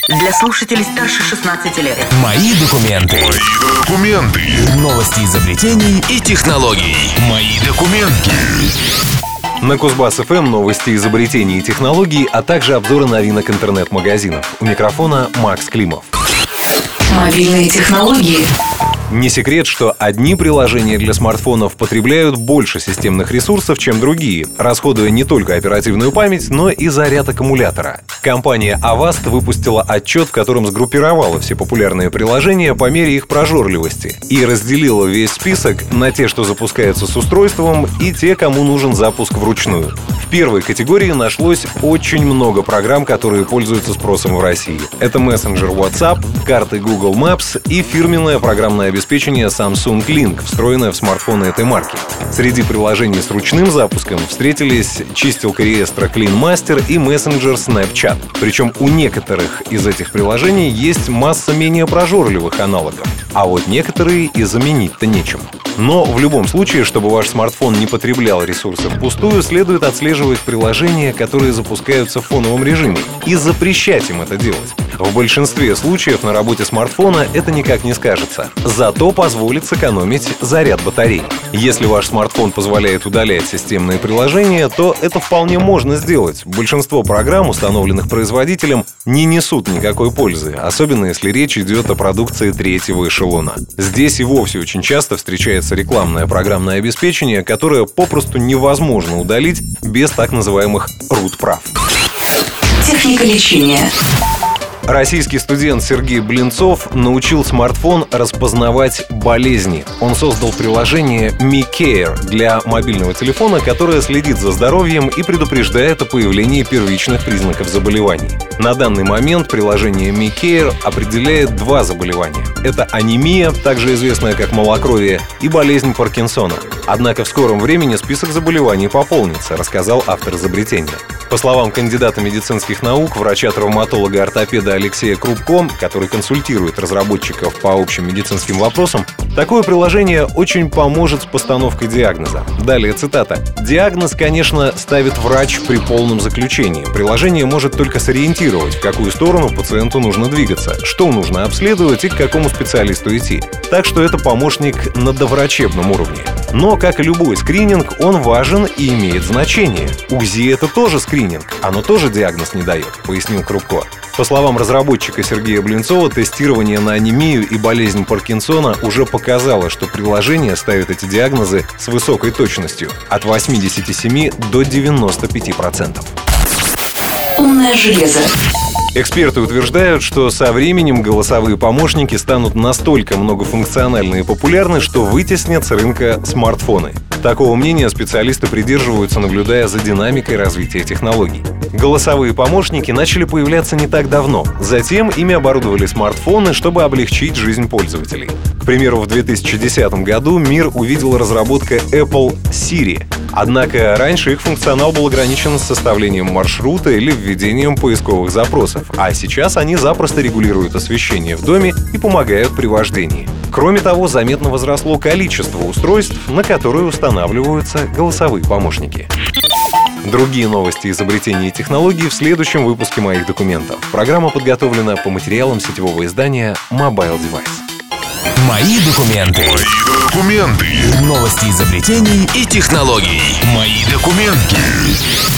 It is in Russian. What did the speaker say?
Для слушателей старше 16 лет. Мои документы. Новости изобретений и технологий. Мои документы. На Кузбасс-ФМ новости изобретений и технологий, а также обзоры новинок интернет-магазинов. У микрофона Макс Климов. Мобильные технологии. Не секрет, что одни приложения для смартфонов потребляют больше системных ресурсов, чем другие, расходуя не только оперативную память, но и заряд аккумулятора. Компания Avast выпустила отчет, в котором сгруппировала все популярные приложения по мере их прожорливости и разделила весь список на те, что запускаются с устройством, и те, кому нужен запуск вручную. В первой категории нашлось очень много программ, которые пользуются спросом в России. Это мессенджер WhatsApp, карты Google Maps и фирменное программное обеспечение Samsung Link, встроенное в смартфоны этой марки. Среди приложений с ручным запуском встретились чистилка реестра Clean Master и мессенджер Snapchat. Причем у некоторых из этих приложений есть масса менее прожорливых аналогов, а вот некоторые и заменить-то нечем. Но в любом случае, чтобы ваш смартфон не потреблял ресурсы впустую, следует отслеживать приложения, которые запускаются в фоновом режиме, и запрещать им это делать. В большинстве случаев на работе смартфона это никак не скажется, зато позволит сэкономить заряд батареи. Если ваш смартфон позволяет удалять системные приложения, то это вполне можно сделать. Большинство программ, установленных производителем, не несут никакой пользы, особенно если речь идет о продукции третьего эшелона. Здесь и вовсе очень часто встречается рекламное программное обеспечение, которое попросту невозможно удалить без так называемых root-прав. Техника лечения. Российский студент Сергей Блинцов научил смартфон распознавать болезни. Он создал приложение Mi Care для мобильного телефона, которое следит за здоровьем и предупреждает о появлении первичных признаков заболеваний. На данный момент приложение Mi Care определяет два заболевания. Это анемия, также известная как малокровие, и болезнь Паркинсона. Однако в скором времени список заболеваний пополнится, рассказал автор изобретения. По словам кандидата медицинских наук, врача-травматолога-ортопеда Алексея Крупко, который консультирует разработчиков по общим медицинским вопросам, такое приложение очень поможет с постановкой диагноза. Далее цитата. «Диагноз, конечно, ставит врач при полном заключении. Приложение может только сориентировать, в какую сторону пациенту нужно двигаться, что нужно обследовать и к какому специалисту идти. Так что это помощник на доврачебном уровне. Но, как и любой скрининг, он важен и имеет значение. УЗИ — это тоже скрининг, оно тоже диагноз не дает», — пояснил Крупко. По словам разработчика Сергея Блинцова, тестирование на анемию и болезнь Паркинсона уже показало, что приложение ставит эти диагнозы с высокой точностью — от 87 до 95%. Умное железо. Эксперты утверждают, что со временем голосовые помощники станут настолько многофункциональны и популярны, что вытеснят с рынка смартфоны. Такого мнения специалисты придерживаются, наблюдая за динамикой развития технологий. Голосовые помощники начали появляться не так давно. Затем ими оборудовали смартфоны, чтобы облегчить жизнь пользователей. К примеру, в 2010 году мир увидел разработка Apple Siri. Однако раньше их функционал был ограничен составлением маршрута или введением поисковых запросов, а сейчас они запросто регулируют освещение в доме и помогают при вождении. Кроме того, заметно возросло количество устройств, на которые устанавливаются голосовые помощники. Другие новости изобретений и технологий в следующем выпуске «Моих документов». Программа подготовлена по материалам сетевого издания Mobile Device. Мои документы. Новости изобретений и технологий. Мои документы.